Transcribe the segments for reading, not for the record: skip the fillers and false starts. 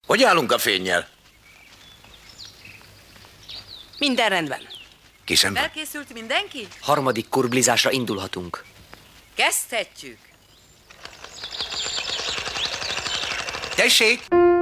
Hogy állunk a fénnyel? Minden rendben. Készen van? Felkészült mindenki? Harmadik kurblizásra indulhatunk. Kezdhetjük. Tessék!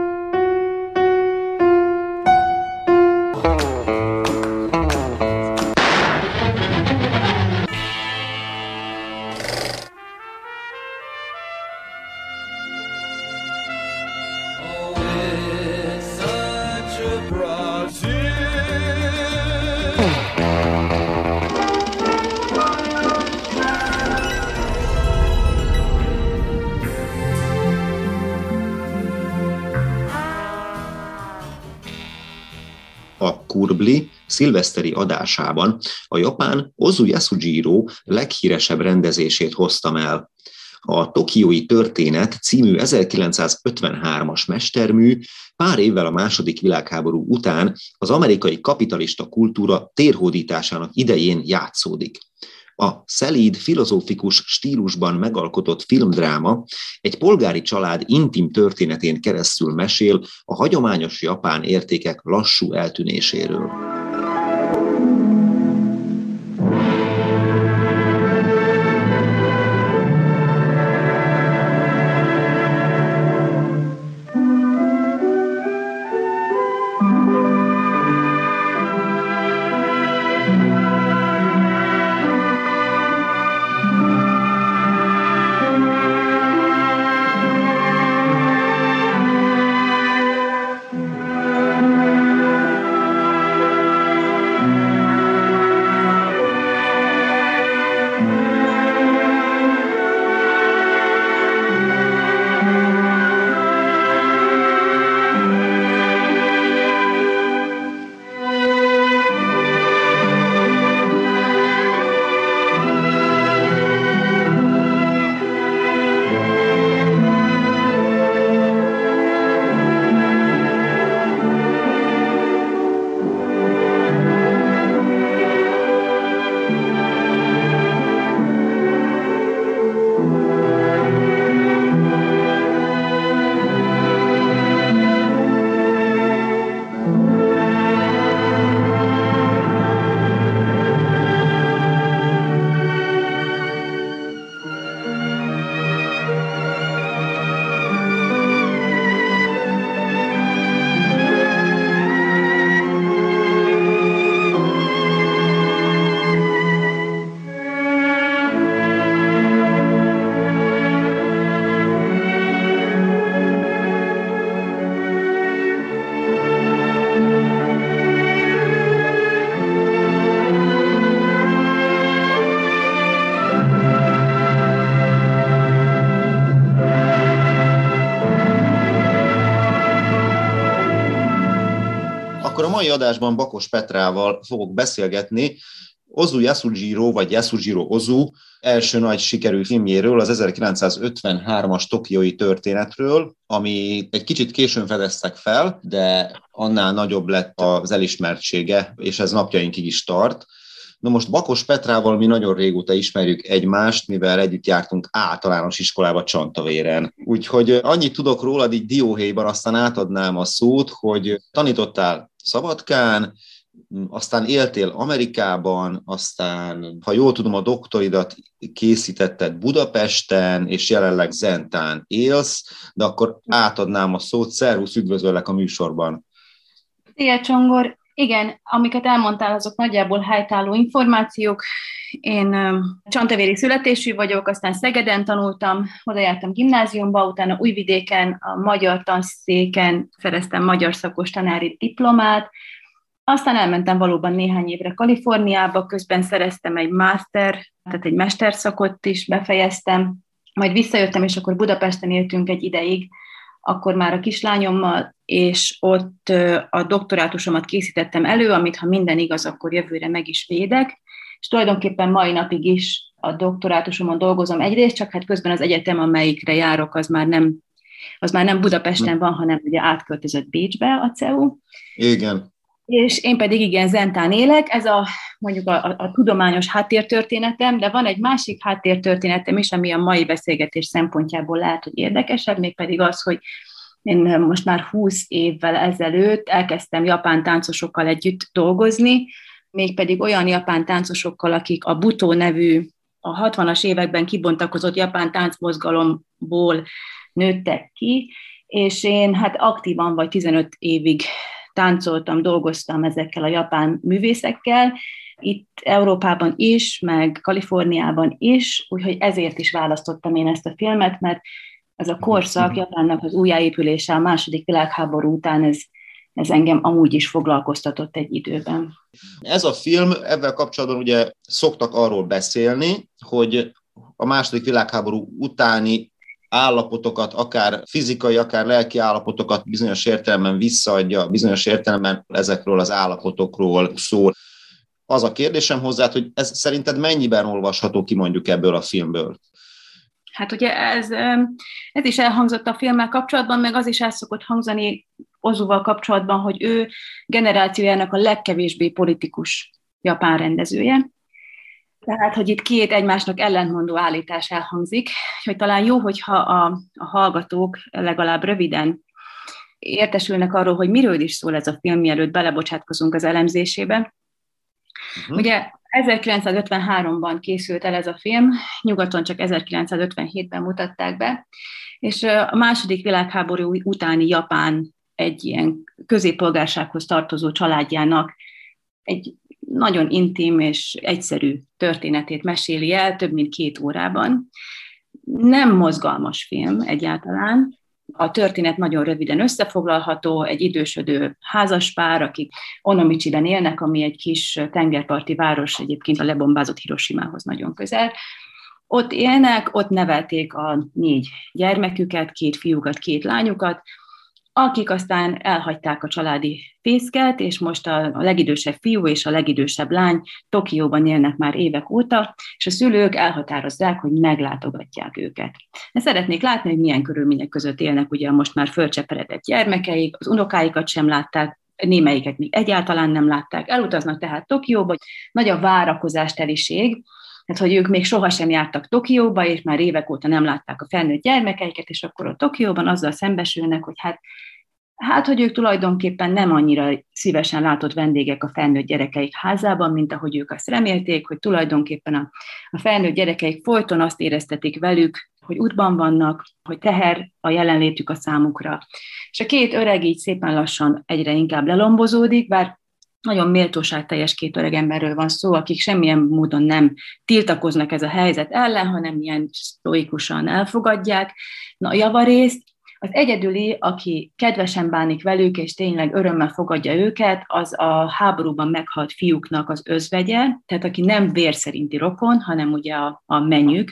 A Kurbli szilveszteri adásában a japán Ozu Yasujiro leghíresebb rendezését hoztam el. A Tokiói történet című 1953-as mestermű pár évvel a II. Világháború után az amerikai kapitalista kultúra térhódításának idején játszódik. A szelíd, filozófikus stílusban megalkotott filmdráma egy polgári család intim történetén keresztül mesél a hagyományos japán értékek lassú eltűnéséről. Akkor a mai adásban Bakos Petrával fogok beszélgetni Ozu Yasujiro, vagy Yasujiro Ozu első nagy sikerű filmjéről, az 1953-as tokiói történetről, ami egy kicsit későn fedeztek fel, de annál nagyobb lett az elismertsége, és ez napjainkig is tart. Na most Bakos Petrával mi nagyon régóta ismerjük egymást, mivel együtt jártunk általános iskolába Csantavéren. Úgyhogy annyit tudok rólad így dióhéjban, aztán átadnám a szót, hogy tanítottál Szabadkán, aztán éltél Amerikában, aztán, ha jól tudom, a doktoridat készítetted Budapesten, és jelenleg Zentán élsz, de akkor átadnám a szót. Szervusz, üdvözöllek a műsorban. Szia, Csongor! Igen, amiket elmondtál, azok nagyjából helytálló információk. Én csantavéri születésű vagyok, aztán Szegeden tanultam, oda jártam gimnáziumba, utána Újvidéken, a magyar tanszéken szereztem magyar szakos tanári diplomát, aztán elmentem valóban néhány évre Kaliforniába, közben szereztem egy master, tehát egy mesterszakot is befejeztem, majd visszajöttem, és akkor Budapesten éltünk egy ideig, akkor már a kislányommal, és ott a doktorátusomat készítettem elő, amit ha minden igaz, akkor jövőre meg is védek, és tulajdonképpen mai napig is a doktorátusomon dolgozom egyrészt, csak hát közben az egyetem, amelyikre járok, az már nem Budapesten van, hanem ugye átköltözött Bécsbe a CEU. Igen. És én pedig igen, Zentán élek, ez mondjuk a tudományos háttértörténetem, de van egy másik háttértörténetem is, ami a mai beszélgetés szempontjából lehet, hogy érdekesebb, mégpedig az, hogy Én most már 20 évvel ezelőtt elkezdtem japán táncosokkal együtt dolgozni, mégpedig olyan japán táncosokkal, akik a Buto nevű, a 60-as években kibontakozott japán táncmozgalomból nőttek ki, és én hát aktívan vagy 15 évig táncoltam, dolgoztam ezekkel a japán művészekkel, itt Európában is, meg Kaliforniában is, úgyhogy ezért is választottam én ezt a filmet, mert ez a korszak, Japánnak az újjáépülése a második világháború után, ez engem amúgy is foglalkoztatott egy időben. Ez a film, ebben kapcsolatban ugye szoktak arról beszélni, hogy a második világháború utáni állapotokat, akár fizikai, akár lelki állapotokat bizonyos értelemben visszaadja, bizonyos értelemben ezekről az állapotokról szól. Az a kérdésem hozzá, hogy ez szerinted mennyiben olvasható ki mondjuk ebből a filmből? Hát ugye ez is elhangzott a filmmel kapcsolatban, meg az is el szokott hangzani Ozuval kapcsolatban, hogy ő generációjának a legkevésbé politikus japán rendezője. Tehát, hogy itt két egymásnak ellentmondó állítás elhangzik, hogy talán jó, hogyha a hallgatók legalább röviden értesülnek arról, hogy miről is szól ez a film, mielőtt belebocsátkozunk az elemzésébe. Ugye 1953-ban készült el ez a film, nyugaton csak 1957-ben mutatták be, és a második világháború utáni Japán egy ilyen középpolgársághoz tartozó családjának egy nagyon intim és egyszerű történetét meséli el, több mint 2 órában. Nem mozgalmas film egyáltalán. A történet nagyon röviden összefoglalható, egy idősödő házaspár, akik Onomichiben élnek, ami egy kis tengerparti város, egyébként a lebombázott Hiroshimához nagyon közel. Ott élnek, ott nevelték a 4 gyermeküket, 2 fiúkat, 2 lányukat, akik aztán elhagyták a családi fészket, és most a legidősebb fiú és a legidősebb lány Tokióban élnek már évek óta, és a szülők elhatározzák, hogy meglátogatják őket. De szeretnék látni, hogy milyen körülmények között élnek ugye most már fölcseperedett gyermekeik, az unokáikat sem látták, némelyiket még egyáltalán nem látták, elutaznak tehát Tokióba, nagy a várakozásteliség, tehát, hogy ők még sohasem jártak Tokióba, és már évek óta nem látták a felnőtt gyermekeiket, és akkor a Tokióban azzal szembesülnek, hogy hogy ők tulajdonképpen nem annyira szívesen látott vendégek a felnőtt gyerekeik házában, mint ahogy ők azt remélték, hogy tulajdonképpen a felnőtt gyerekeik folyton azt éreztetik velük, hogy útban vannak, hogy teher a jelenlétük a számukra. És a 2 öreg így szépen lassan egyre inkább lelombozódik, bár nagyon méltóságteljes 2 öreg emberről van szó, akik semmilyen módon nem tiltakoznak ez a helyzet ellen, hanem ilyen sztoikusan elfogadják. Na, javarészt az egyedüli, aki kedvesen bánik velük, és tényleg örömmel fogadja őket, az a háborúban meghalt fiúknak az özvegye, tehát aki nem vér szerinti rokon, hanem ugye a menyük.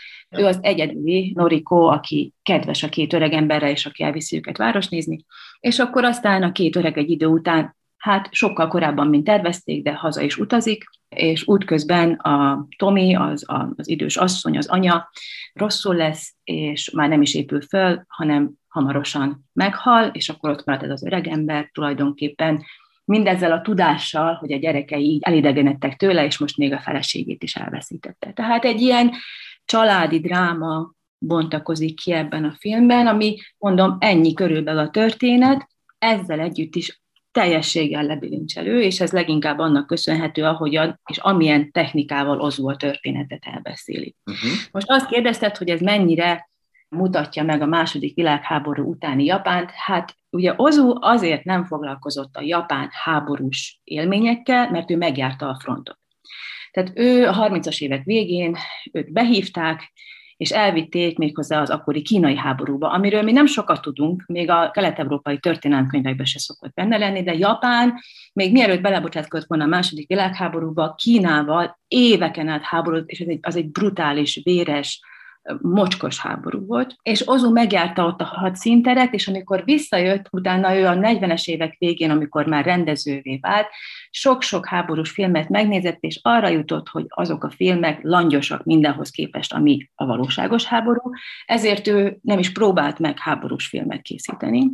Ő az egyedüli, Noriko, aki kedves a 2 öreg emberre, és aki elviszi őket városnézni. És akkor aztán a 2 öreg egy idő után, sokkal korábban, mint tervezték, de haza is utazik, és útközben a Tomi, az idős asszony, az anya rosszul lesz, és már nem is épül föl, hanem hamarosan meghal, és akkor ott marad ez az öreg ember tulajdonképpen mindezzel a tudással, hogy a gyerekei így elidegenedtek tőle, és most még a feleségét is elveszítette. Tehát egy ilyen családi dráma bontakozik ki ebben a filmben, ami, mondom, ennyi körülbelül a történet, ezzel együtt is teljességgel lebilincselő, és ez leginkább annak köszönhető, ahogyan és amilyen technikával Ozu a történetet elbeszéli. Most azt kérdezted, hogy ez mennyire mutatja meg a második világháború utáni Japánt. Hát ugye Ozu azért nem foglalkozott a japán háborús élményekkel, mert ő megjárta a frontot. Tehát ő a 30-as évek végén őt behívták, és elvitték méghozzá az akkori kínai háborúba, amiről mi nem sokat tudunk, még a kelet-európai történelemkönyvekben se szokott benne lenni, de Japán, még mielőtt belebocsátkozott volna a második világháborúba, Kínával éveken át háborúzott, és az egy brutális, véres, mocskos háború volt, és Ozu megjárta ott a hadszínteret, és amikor visszajött, utána ő a 40-es évek végén, amikor már rendezővé vált, sok-sok háborús filmet megnézett, és arra jutott, hogy azok a filmek langyosak mindenhoz képest, ami a valóságos háború, ezért ő nem is próbált meg háborús filmet készíteni,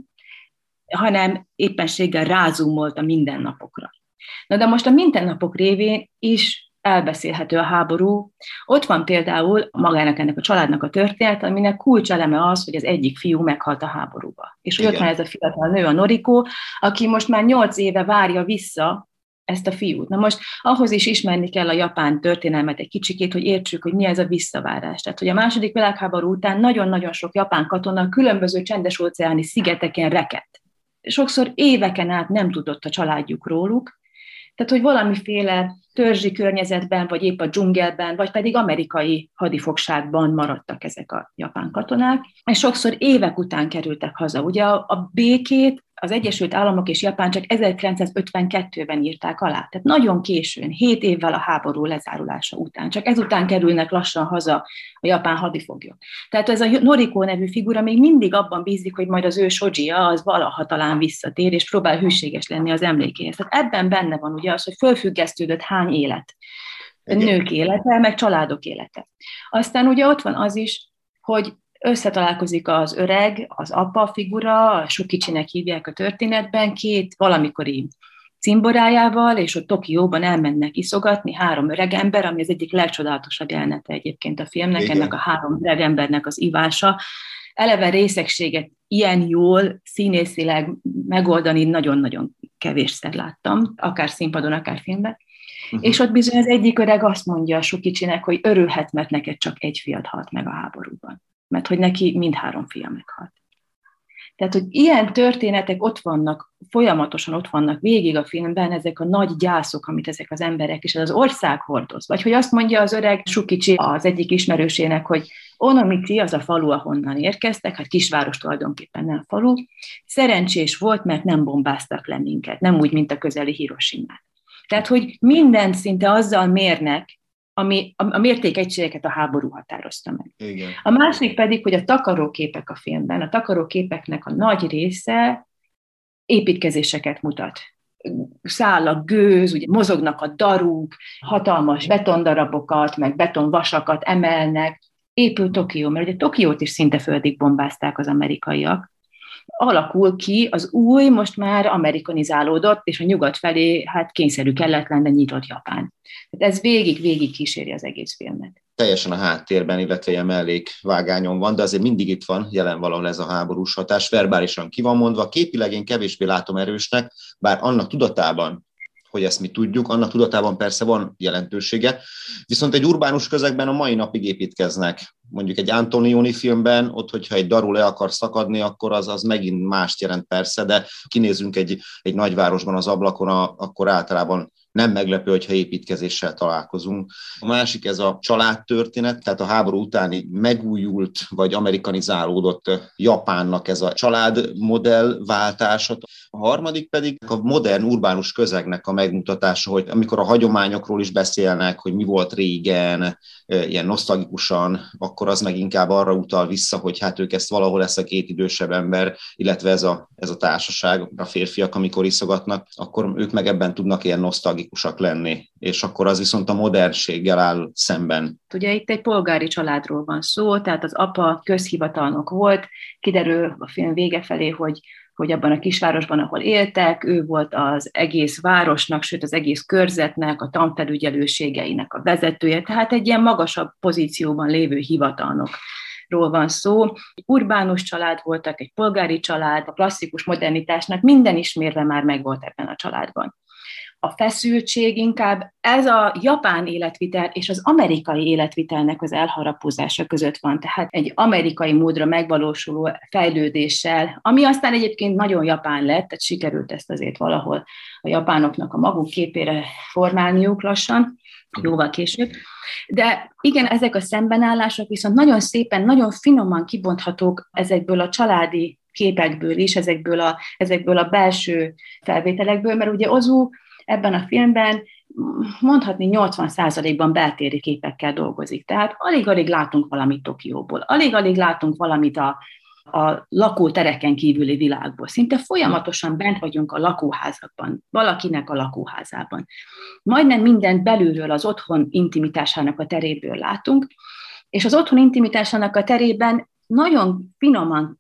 hanem éppenséggel rázumolt a mindennapokra. Na de most a mindennapok révén is elbeszélhető a háború. Ott van például magának ennek a családnak a történet, aminek kulcseleme az, hogy az egyik fiú meghalt a háborúba. És hogy ott van ez a fiatal nő, a Noriko, aki most már 8 éve várja vissza ezt a fiút. Na most ahhoz is ismerni kell a japán történelmet egy kicsikét, hogy értsük, hogy mi ez a visszavárás. Tehát, hogy a második világháború után nagyon-nagyon sok japán katona különböző csendes-óceáni szigeteken rekedt. Sokszor éveken át nem tudott a családjuk róluk, tehát, hogy valamiféle törzsi környezetben, vagy épp a dzsungelben, vagy pedig amerikai hadifogságban maradtak ezek a japán katonák, és sokszor évek után kerültek haza. Ugye a békét az Egyesült Államok és Japán csak 1952-ben írták alá. Tehát nagyon későn, 7 évvel a háború lezárulása után. Csak ezután kerülnek lassan haza a japán hadifoglyok. Tehát ez a Noriko nevű figura még mindig abban bízik, hogy majd az ő Shojiya az valaha talán visszatér, és próbál hűséges lenni az emlékéhez. Tehát ebben benne van ugye az, hogy fölfüggesztődött hány élet. Nők élete, meg családok élete. Aztán ugye ott van az is, hogy összetalálkozik az öreg, az apa figura, a Sukicsinek hívják a történetben, 2 valamikori cimborájával, és ott Tokióban elmennek iszogatni 3 öreg ember, ami az egyik legcsodálatosabb jelenete egyébként a filmnek, igen. Ennek a 3 öreg embernek az ivása. Eleve részegséget ilyen jól színészileg megoldani nagyon-nagyon kevésszer láttam, akár színpadon, akár filmben. És ott bizony az egyik öreg azt mondja a Sukicsinek, hogy örülhet, mert neked csak egy fiad halt meg a háborúban. Mert hogy neki mindhárom fia meghalt. Tehát, hogy ilyen történetek ott vannak, folyamatosan ott vannak végig a filmben, ezek a nagy gyászok, amit ezek az emberek és az ország hordoz. Vagy hogy azt mondja az öreg Sukicsi az egyik ismerősének, hogy Onomichi, az a falu, ahonnan érkeztek, hát kisváros tulajdonképpen nem falu, szerencsés volt, mert nem bombáztak le minket, nem úgy, mint a közeli Hiroshimát. Tehát, hogy mindent szinte azzal mérnek, ami a mértékegységeket a háború határozta meg. Igen. A másik pedig, hogy a takaróképek a filmben, a takaróképeknek a nagy része építkezéseket mutat. Szálak, gőz, ugye mozognak a darúk, hatalmas betondarabokat, meg betonvasakat emelnek. Épül Tokió, mert ugye Tokiót is szinte földig bombázták az amerikaiak. Alakul ki az új, most már amerikanizálódott, és a nyugat felé hát kényszerű kelletlen, de nyitott Japán. Tehát ez végig kíséri az egész filmet. Teljesen a háttérben, illetve ilyen mellékvágányon van, de azért mindig itt van, jelen valahol ez a háborús hatás, verbálisan ki van mondva. Képileg én kevésbé látom erősnek, bár annak tudatában, hogy ezt mi tudjuk, annak tudatában persze van jelentősége. Viszont egy urbánus közegben a mai napig építkeznek. Mondjuk egy Antonioni filmben, ott, hogyha egy daru le akar szakadni, akkor az megint mást jelent persze, de kinézünk egy nagyvárosban az ablakon, akkor általában nem meglepő, hogyha építkezéssel találkozunk. A másik ez a családtörténet, tehát a háború utáni megújult vagy amerikanizálódott Japánnak ez a családmodell váltása. A harmadik pedig a modern urbánus közegnek a megmutatása, hogy amikor a hagyományokról is beszélnek, hogy mi volt régen, ilyen nosztalgikusan, akkor az meg inkább arra utal vissza, hogy hát ők ezt valahol ezt a 2 idősebb ember, illetve ez a társaság, a férfiak, amikor iszogatnak, akkor ők meg ebben tudnak ilyen nosztalgikusak lenni, és akkor az viszont a modernséggel áll szemben. Ugye itt egy polgári családról van szó, tehát az apa közhivatalnok volt, kiderül a film vége felé, hogy abban a kisvárosban, ahol éltek, ő volt az egész városnak, sőt az egész körzetnek, a tanfelügyelőségeinek a vezetője, tehát egy ilyen magasabb pozícióban lévő hivatalnokról van szó. Egy urbánus család voltak, egy polgári család, a klasszikus modernitásnak minden ismérve már megvolt ebben a családban. A feszültség inkább ez a japán életvitel és az amerikai életvitelnek az elharapózása között van. Tehát egy amerikai módra megvalósuló fejlődéssel, ami aztán egyébként nagyon japán lett, tehát sikerült ezt azért valahol a japánoknak a maguk képére formálniuk lassan, jóval később. De igen, ezek a szembenállások viszont nagyon szépen, nagyon finoman kibonthatók ezekből a családi képekből is, ezekből a belső felvételekből, mert ugye Ozu ebben a filmben mondhatni 80%-ban beltéri képekkel dolgozik. Tehát alig-alig látunk valamit Tokióból, alig-alig látunk valamit a lakótereken kívüli világból. Szinte folyamatosan bent vagyunk a lakóházakban, valakinek a lakóházában. Majdnem mindent belülről az otthon intimitásának a teréből látunk, és az otthon intimitásának a terében nagyon finoman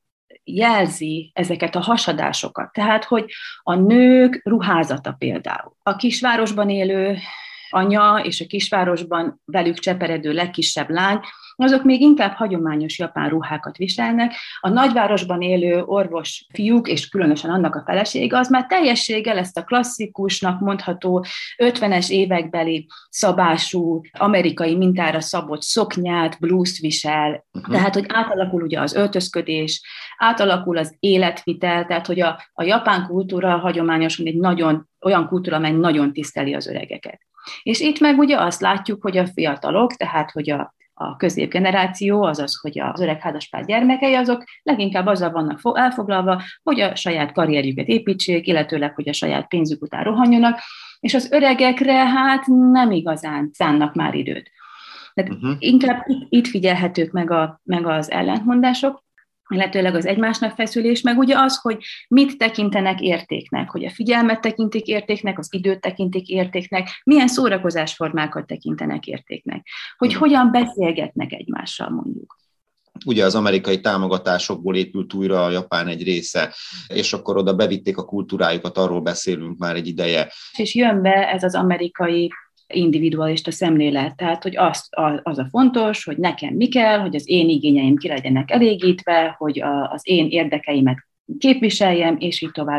jelzi ezeket a hasadásokat. Tehát, hogy a nők ruházata például. A kisvárosban élő anya és a kisvárosban velük cseperedő legkisebb lány, azok még inkább hagyományos japán ruhákat viselnek. A nagyvárosban élő orvos fiúk, és különösen annak a felesége, az már teljességgel ezt a klasszikusnak mondható 50-es évekbeli szabású, amerikai mintára szabott szoknyát, blúzt visel. Tehát, hogy átalakul ugye az öltözködés, átalakul az életvitel, tehát, hogy a japán kultúra hagyományosan egy nagyon olyan kultúra, amely nagyon tiszteli az öregeket. És itt meg ugye azt látjuk, hogy a fiatalok, tehát, hogy a középgeneráció, azaz, hogy az öreg házaspár gyermekei, azok leginkább azzal vannak elfoglalva, hogy a saját karrierjüket építsék, illetőleg, hogy a saját pénzük után rohanjanak, és az öregekre hát nem igazán szánnak már időt. Tehát inkább itt figyelhetők meg az ellentmondások, illetőleg az egymásnak feszülés, meg ugye az, hogy mit tekintenek értéknek, hogy a figyelmet tekintik értéknek, az időt tekintik értéknek, milyen szórakozásformákat tekintenek értéknek, hogy hogyan beszélgetnek egymással mondjuk. Ugye az amerikai támogatásokból épült újra a Japán egy része, és akkor oda bevitték a kultúrájukat, arról beszélünk már egy ideje. És jön be ez az amerikai individualista szemlélet, tehát hogy az a fontos, hogy nekem mi kell, hogy az én igényeim ki legyenek elégítve, hogy az én érdekeimet képviseljem, és így tovább.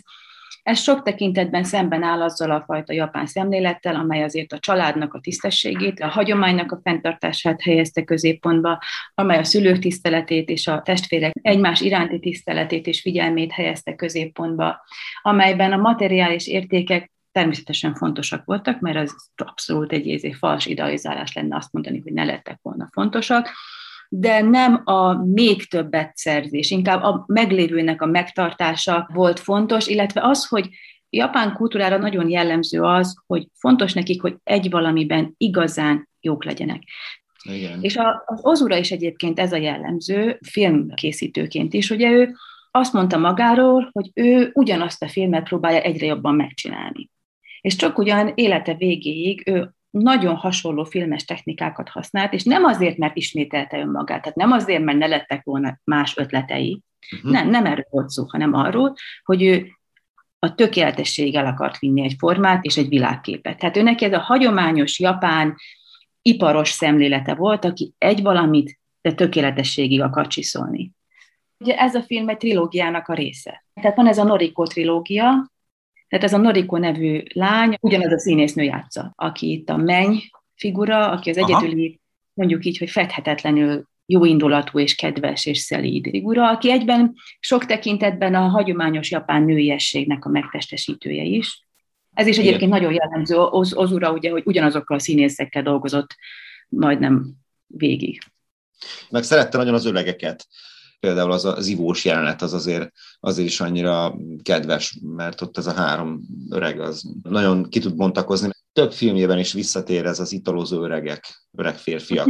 Ez sok tekintetben szemben áll azzal a fajta japán szemlélettel, amely azért a családnak a tisztességét, a hagyománynak a fenntartását helyezte középpontba, amely a szülők tiszteletét és a testvérek egymás iránti tiszteletét és figyelmét helyezte középpontba, amelyben a materiális értékek természetesen fontosak voltak, mert az abszolút egy fals idealizálás lenne azt mondani, hogy ne lettek volna fontosak, de nem a még többet szerzés, inkább a meglévőnek a megtartása volt fontos, illetve az, hogy japán kultúrára nagyon jellemző az, hogy fontos nekik, hogy egy valamiben igazán jók legyenek. Igen. És az Ozura is egyébként ez a jellemző, filmkészítőként is, ugye ő azt mondta magáról, hogy ő ugyanazt a filmet próbálja egyre jobban megcsinálni. És csak ugyan élete végéig ő nagyon hasonló filmes technikákat használt, és nem azért, mert ismételte önmagát, tehát nem azért, mert ne lettek volna más ötletei, nem erről volt szó, hanem arról, hogy ő a tökéletességgel akart vinni egy formát és egy világképet. Tehát ő neki ez a hagyományos japán iparos szemlélete volt, aki egy valamit, de tökéletességig akar csiszolni. Ugye ez a film egy trilógiának a része. Tehát van ez a Noriko trilógia, tehát ez a Noriko nevű lány, ugyanaz a színésznő játsza, aki itt a menny figura, aki az egyedüli, mondjuk így, hogy fedhetetlenül jóindulatú és kedves és szelíd figura, aki egyben sok tekintetben a hagyományos japán nőiességnek a megtestesítője is. Ez is egyébként nagyon jellemző Ozura, ugye, hogy ugyanazokkal a színészekkel dolgozott majdnem végig. Meg szerette nagyon az öregeket. Például az ivós jelenet az azért is annyira kedves, mert ott ez a három öreg az nagyon ki tud bontakozni. Több filmjében is visszatér ez az italozó öreg férfiak.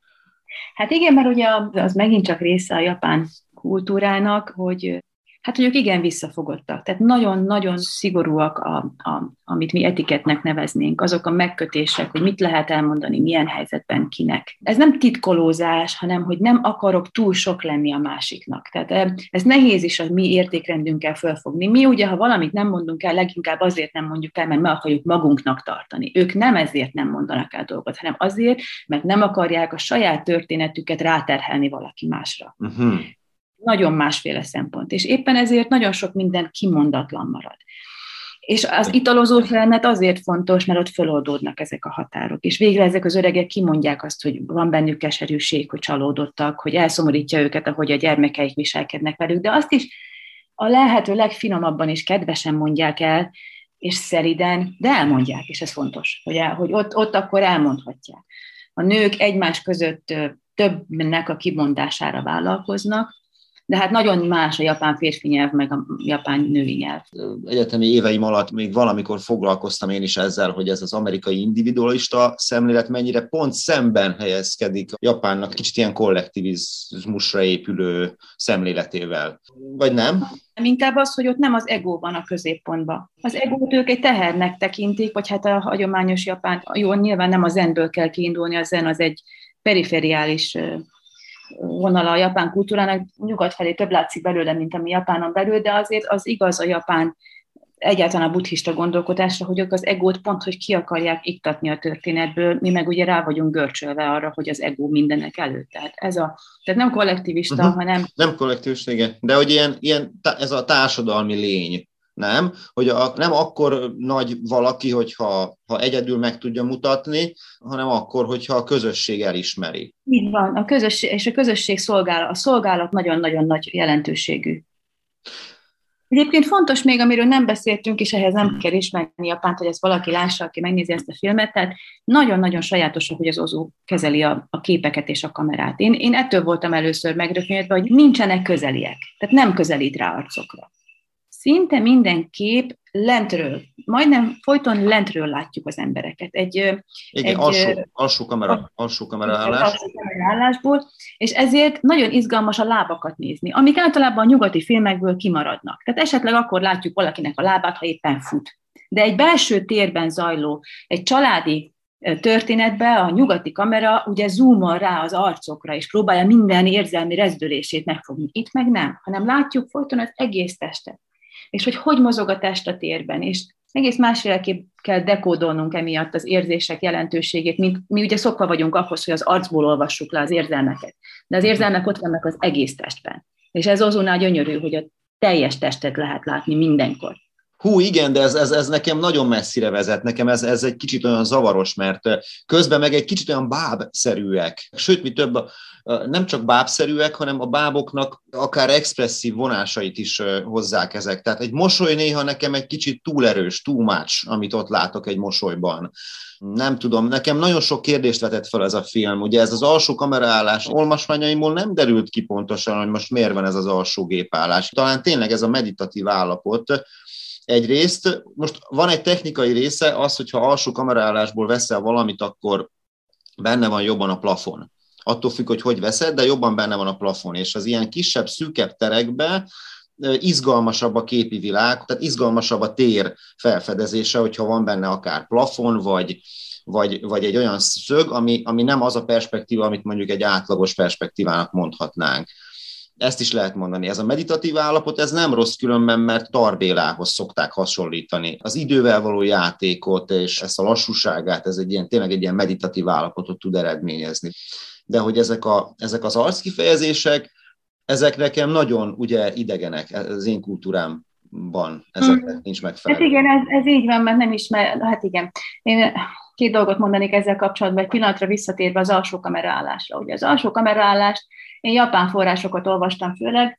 Hát igen, mert ugye az megint csak része a japán kultúrának, hogy ők igen visszafogottak. Tehát nagyon-nagyon szigorúak, amit mi etikettnek neveznénk, azok a megkötések, hogy mit lehet elmondani, milyen helyzetben kinek. Ez nem titkolózás, hanem hogy nem akarok túl sok lenni a másiknak. Tehát ez nehéz is a mi értékrendünkkel fölfogni. Mi ugye, ha valamit nem mondunk el, leginkább azért nem mondjuk el, mert meg akarjuk magunknak tartani. Ők nem ezért nem mondanak el dolgot, hanem azért, mert nem akarják a saját történetüket ráterhelni valaki másra. Nagyon másféle szempont, és éppen ezért nagyon sok minden kimondatlan marad. És az italozó jelenet azért fontos, mert ott föloldódnak ezek a határok, és végre ezek az öregek kimondják azt, hogy van bennük keserűség, hogy csalódottak, hogy elszomorítja őket, ahogy a gyermekeik viselkednek velük, de azt is a lehető legfinomabban és kedvesen mondják el, és szeliden, de elmondják, és ez fontos, hogy ott akkor elmondhatják. A nők egymás között többnek a kimondására vállalkoznak, de hát nagyon más a japán férfi nyelv, meg a japán női nyelv. Egyetemi éveim alatt még valamikor foglalkoztam én is ezzel, hogy ez az amerikai individualista szemlélet mennyire pont szemben helyezkedik a Japánnak kicsit ilyen kollektivizmusra épülő szemléletével. Vagy nem? Inkább az, hogy ott nem az ego van a középpontban. Az egót ők egy tehernek tekintik, vagy hát a hagyományos japán, jó, nyilván nem a zenből kell kiindulni, a zen az egy perifériális vonala a japán kultúrának, nyugat felé több látszik belőle, mint ami Japánon belül, de azért az igaz a japán egyáltalán a buddhista gondolkodásra, hogy ők az egót pont, hogy ki akarják iktatni a történetből, mi meg ugye rá vagyunk görcsölve arra, hogy az egó mindenek előtt. Tehát nem kollektivista, hanem... Nem kollektivista, igen. De hogy ez a társadalmi lény, nem? Hogy nem akkor nagy valaki, hogyha egyedül meg tudja mutatni, hanem akkor, hogyha a közösség elismeri. Így van, a közösség szolgálat, a szolgálat nagyon-nagyon nagy jelentőségű. Egyébként fontos még, amiről nem beszéltünk, és ehhez nem kell ismerni Japánt, hogy ezt valaki lássa, aki megnézi ezt a filmet, tehát nagyon-nagyon sajátos, hogy az Ozu kezeli a képeket és a kamerát. Én ettől voltam először megrökönyödve, hogy nincsenek közeliek, tehát nem közelít rá arcokra. Szinte minden kép lentről, majdnem folyton lentről látjuk az embereket. Alsó kamerállásból, és ezért nagyon izgalmas a lábakat nézni, amik általában a nyugati filmekből kimaradnak. Tehát esetleg akkor látjuk valakinek a lábát, ha éppen fut. De egy belső térben zajló, egy családi történetben a nyugati kamera ugye zoomol rá az arcokra, és próbálja minden érzelmi rezdülését megfogni. Itt meg nem, hanem látjuk folyton az egész testet. És hogy mozog a test a térben, és egész másféleképp kell dekódolnunk emiatt az érzések jelentőségét, mint mi ugye szokva vagyunk ahhoz, hogy az arcból olvassuk le az érzelmeket. De az érzelmek ott vannak az egész testben. És ez Ozunál gyönyörű, hogy a teljes testet lehet látni mindenkor. Hú, igen, de ez nekem nagyon messzire vezet, nekem ez egy kicsit olyan zavaros, mert közben meg egy kicsit olyan bábszerűek. Sőt, mi több, nem csak bábszerűek, hanem a báboknak akár expresszív vonásait is hozzák ezek. Tehát egy mosoly néha nekem egy kicsit túl erős, too much, amit ott látok egy mosolyban. Nem tudom, nekem nagyon sok kérdést vetett fel ez a film. Ugye ez az alsó kameraállás olvasmányaimból nem derült ki pontosan, hogy most miért van ez az alsó gépállás. Talán tényleg ez a meditatív állapot. Egyrészt, most van egy technikai része, az, hogyha alsó kameraállásból veszel valamit, akkor benne van jobban a plafon. Attól függ, hogy veszed, de jobban benne van a plafon, és az ilyen kisebb, szűkebb terekben izgalmasabb a képi világ, tehát izgalmasabb a tér felfedezése, hogyha van benne akár plafon, vagy egy olyan szög, ami nem az a perspektíva, amit mondjuk egy átlagos perspektívának mondhatnánk. Ezt is lehet mondani. Ez a meditatív állapot, ez nem rossz különben, mert Tarbélához szokták hasonlítani. Az idővel való játékot és ezt a lassúságát, ez tényleg egy ilyen meditatív állapotot tud eredményezni. De hogy ezek az arckifejezések, ezek nekem nagyon ugye idegenek, az én kultúrámban ezeknek nincs megfelelő. Hát igen, ez így van, mert nem ismer, hát igen. Én 2 dolgot mondanék ezzel kapcsolatban, egy pillanatra visszatérve az alsó kameraállásra. Ugye az alsó kameraállást én japán forrásokat olvastam főleg,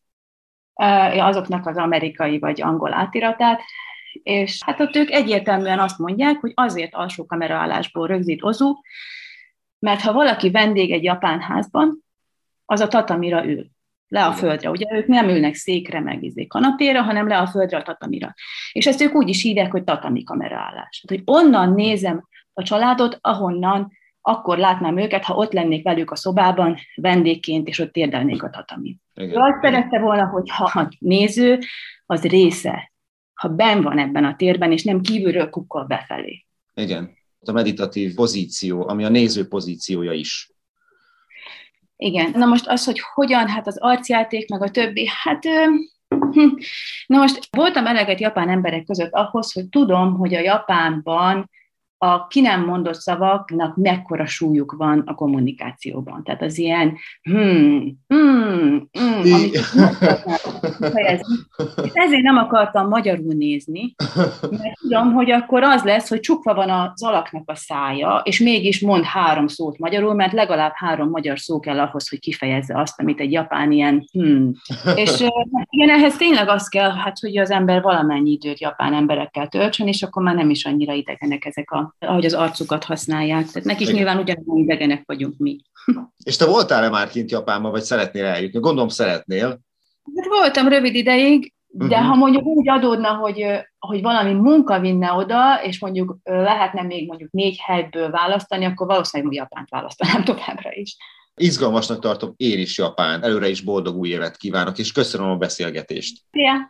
azoknak az amerikai vagy angol átiratát, és hát ott ők egyértelműen azt mondják, hogy azért alsó kameraállásból rögzít Ozu, mert ha valaki vendég egy japán házban, az a tatamira ül, le a földre. Ugye ők nem ülnek székre, meg kanapéra, hanem le a földre a tatamira. És ezt ők úgy is hívják, hogy tatami kameraállás. Hát, hogy onnan nézem a családot, ahonnan akkor látnám őket, ha ott lennék velük a szobában vendégként, és ott térdelnék a tatamin. Azt szerette volna, hogy ha a néző az része, ha benn van ebben a térben, és nem kívülről kukkol befelé. Igen, a meditatív pozíció, ami a néző pozíciója is. Igen, na most az, hogy hogyan, hát az arcjáték, meg a többi, na most voltam eleget japán emberek között ahhoz, hogy tudom, hogy a Japánban a ki nem mondott szavaknak mekkora súlyuk van a kommunikációban. Tehát az ilyen amit fejezni. És ezért nem akartam magyarul nézni, mert tudom, hogy akkor az lesz, hogy csukva van az alaknak a szája, és mégis mond 3 szót magyarul, mert legalább 3 magyar szó kell ahhoz, hogy kifejezze azt, amit egy japán ilyen És igen, ehhez tényleg az kell, hát, hogy az ember valamennyi időt japán emberekkel töltsön, és akkor már nem is annyira idegenek ezek, ahogy az arcukat használják. Tehát nekik nyilván ugyanúgy idegenek vagyunk mi. És te voltál-e már kint Japánban, vagy szeretnél eljutni? Gondolom szeretnél. Hát voltam rövid ideig, de ha mondjuk úgy adódna, hogy valami munka vinne oda, és mondjuk lehetne még mondjuk 4 helyből választani, akkor valószínűleg Japánt választanám továbbra is. Izgalmasnak tartom én is Japán. Előre is boldog új évet kívánok, és köszönöm a beszélgetést. Szia!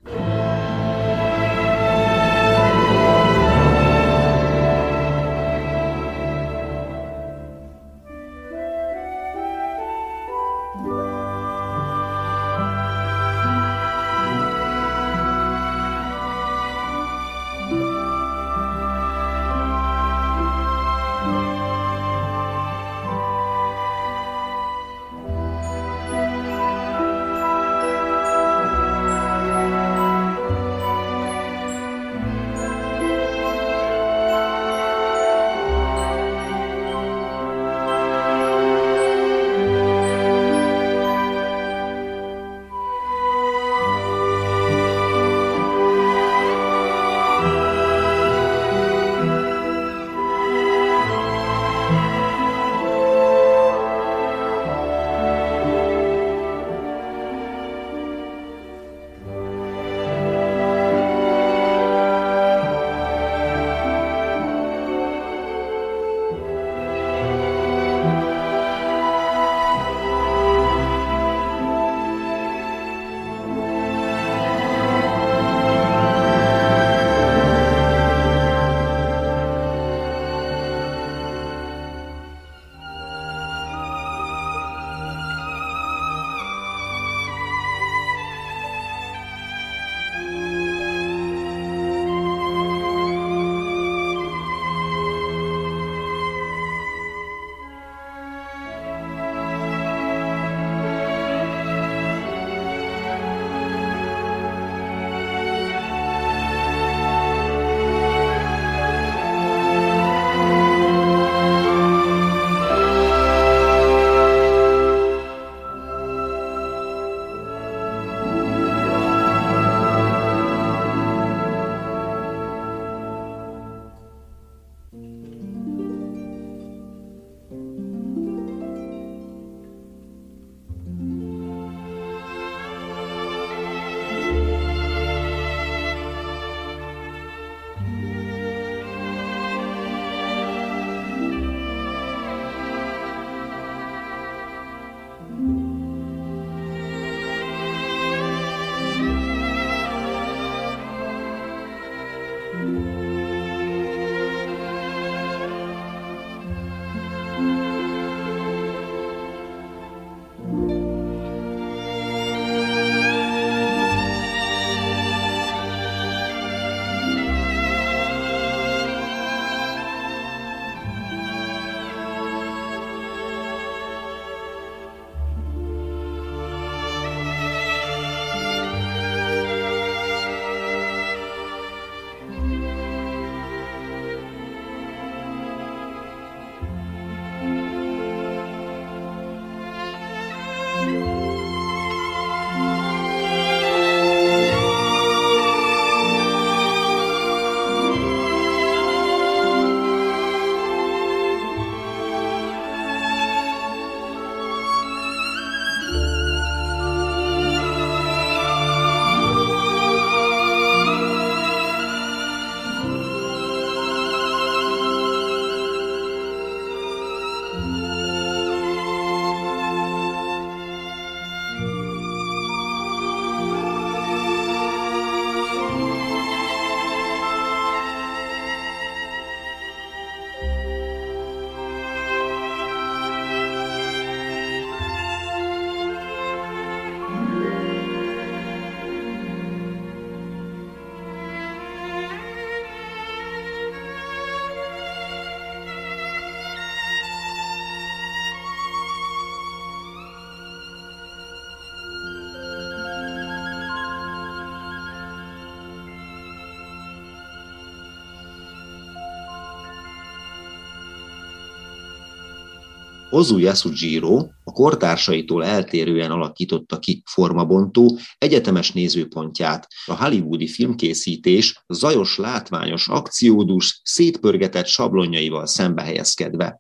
Ozu Yasujiro a kortársaitól eltérően alakította ki formabontó, egyetemes nézőpontját. A hollywoodi filmkészítés zajos, látványos, akciódús, szétpörgetett sablonjaival szembe helyezkedve.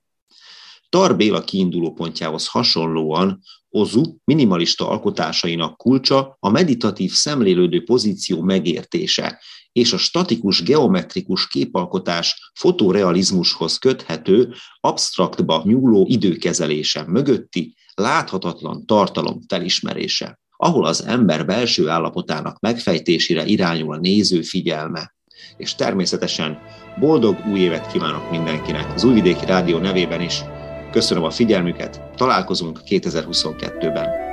Tar Béla kiindulópontjához hasonlóan Ozu minimalista alkotásainak kulcsa a meditatív szemlélődő pozíció megértése és a statikus geometrikus képalkotás fotorealizmushoz köthető, absztraktba nyúló időkezelése mögötti láthatatlan tartalom felismerése, ahol az ember belső állapotának megfejtésére irányul a néző figyelme. És természetesen boldog új évet kívánok mindenkinek az Újvidéki Rádió nevében is. Köszönöm a figyelmüket, találkozunk 2022-ben.